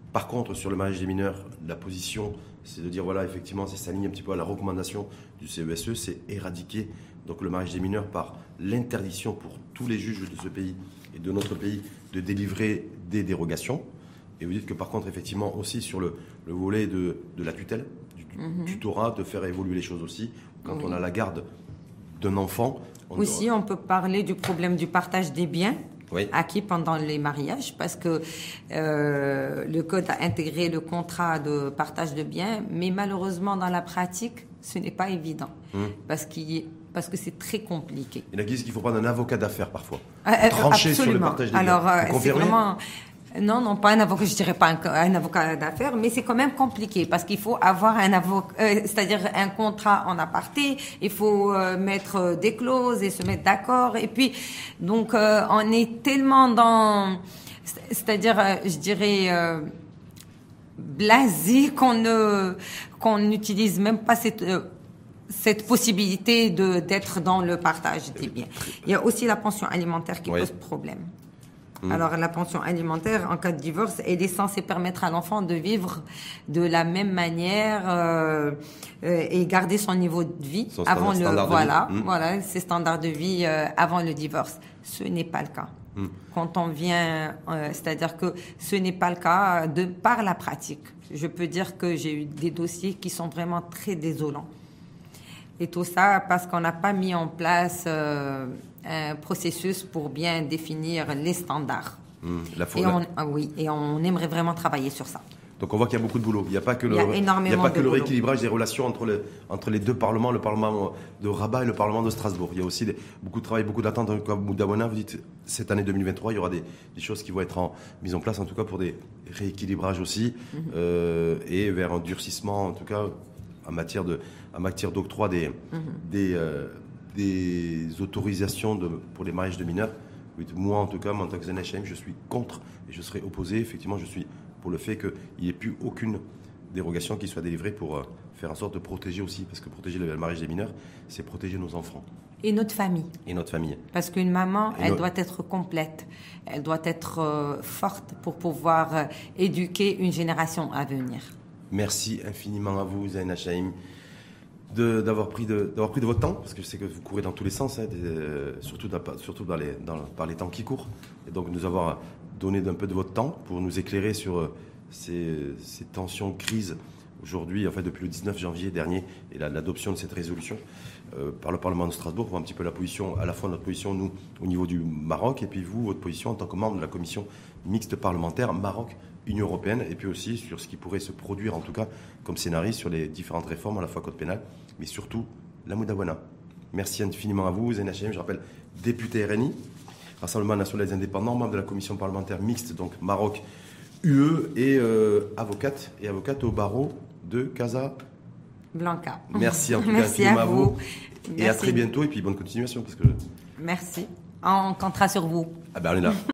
Par contre, sur le mariage des mineurs, la position, c'est de dire, voilà, effectivement, c'est s'aligne un petit peu à la recommandation du C E S E, c'est éradiquer donc, le mariage des mineurs par l'interdiction pour tous les juges de ce pays et de notre pays de délivrer des dérogations. Et vous dites que par contre, effectivement, aussi sur le, le volet de, de la tutelle, du mm-hmm. tutorat, de faire évoluer les choses aussi. Quand oui. on a la garde d'un enfant... On aussi, doit... on peut parler du problème du partage des biens. Oui. Acquis pendant les mariages, parce que euh, le Code a intégré le contrat de partage de biens, mais malheureusement, dans la pratique, ce n'est pas évident, mmh. parce, qu'il, parce que c'est très compliqué. Il y en a qui disent qu'il faut prendre un avocat d'affaires parfois, euh, trancher sur le partage des Alors, biens. Alors, euh, c'est vraiment... Non, non, pas un avocat, je dirais pas un, un avocat d'affaires, mais c'est quand même compliqué parce qu'il faut avoir un avocat, euh, c'est-à-dire un contrat en aparté, il faut euh, mettre des clauses et se mettre d'accord. Et puis, donc, euh, on est tellement dans, c'est-à-dire, euh, je dirais, euh, blasé qu'on ne, qu'on n'utilise même pas cette, euh, cette possibilité de, d'être dans le partage des biens. Il y a aussi la pension alimentaire qui oui. pose problème. Mmh. Alors, la pension alimentaire, en cas de divorce, elle est censée permettre à l'enfant de vivre de la même manière euh, euh, et garder son niveau de vie son avant le voilà, mmh. voilà, ses standards de vie euh, avant le divorce. Ce n'est pas le cas. Mmh. Quand on vient, euh, c'est-à-dire que ce n'est pas le cas de par la pratique. Je peux dire que j'ai eu des dossiers qui sont vraiment très désolants. Et tout ça parce qu'on n'a pas mis en place euh, un processus pour bien définir les standards. Mmh, la et, on, ah oui, et on aimerait vraiment travailler sur ça. Donc on voit qu'il y a beaucoup de boulot. Il n'y a pas que le, il y a énormément il y a pas que de le rééquilibrage des relations entre, le, entre les deux parlements, le Parlement de Rabat et le Parlement de Strasbourg. Il y a aussi des, beaucoup de travail, beaucoup d'attentes. Comme Moudawana, vous dites, cette année deux mille vingt-trois, il y aura des, des choses qui vont être en, mises en place, en tout cas pour des rééquilibrages aussi, mmh. euh, et vers un durcissement, en tout cas, en matière, de, en matière d'octroi des, mmh. des, euh, des autorisations de, pour les mariages de mineurs. Moi, en tout cas, en tant que Z N H M, je suis contre et je serai opposé. Effectivement, je suis pour le fait qu'il n'y ait plus aucune dérogation qui soit délivrée pour euh, faire en sorte de protéger aussi, parce que protéger le mariage des mineurs, c'est protéger nos enfants. Et notre famille. Et notre famille. Parce qu'une maman, et elle no... doit être complète, elle doit être euh, forte pour pouvoir euh, éduquer une génération à venir. Merci infiniment à vous, Z N H M, de, d'avoir, pris de, d'avoir pris de votre temps, parce que je sais que vous courez dans tous les sens, hein, des, euh, surtout, dans, surtout dans les, dans, par les temps qui courent, et donc nous avoir donné un peu de votre temps pour nous éclairer sur euh, ces, ces tensions, crises, aujourd'hui, en fait, depuis le dix-neuf janvier dernier, et la, l'adoption de cette résolution euh, par le Parlement de Strasbourg, voir un petit peu la position, à la fois notre position, nous, au niveau du Maroc, et puis vous, votre position en tant que membre de la commission mixte parlementaire Maroc-Union européenne, et puis aussi sur ce qui pourrait se produire, en tout cas, comme scénario sur les différentes réformes, à la fois code pénal, mais surtout la Moudawana. Merci infiniment à vous, Z N H M, je rappelle, député R N I, Rassemblement national des indépendants, membre de la commission parlementaire mixte, donc Maroc U E, et euh, avocate et avocate au barreau de Casablanca. Merci en tout cas Merci à vous. vous. Et Merci. À très bientôt, et puis bonne continuation. Parce que... Merci. On comptera sur vous. Ah ben on est là.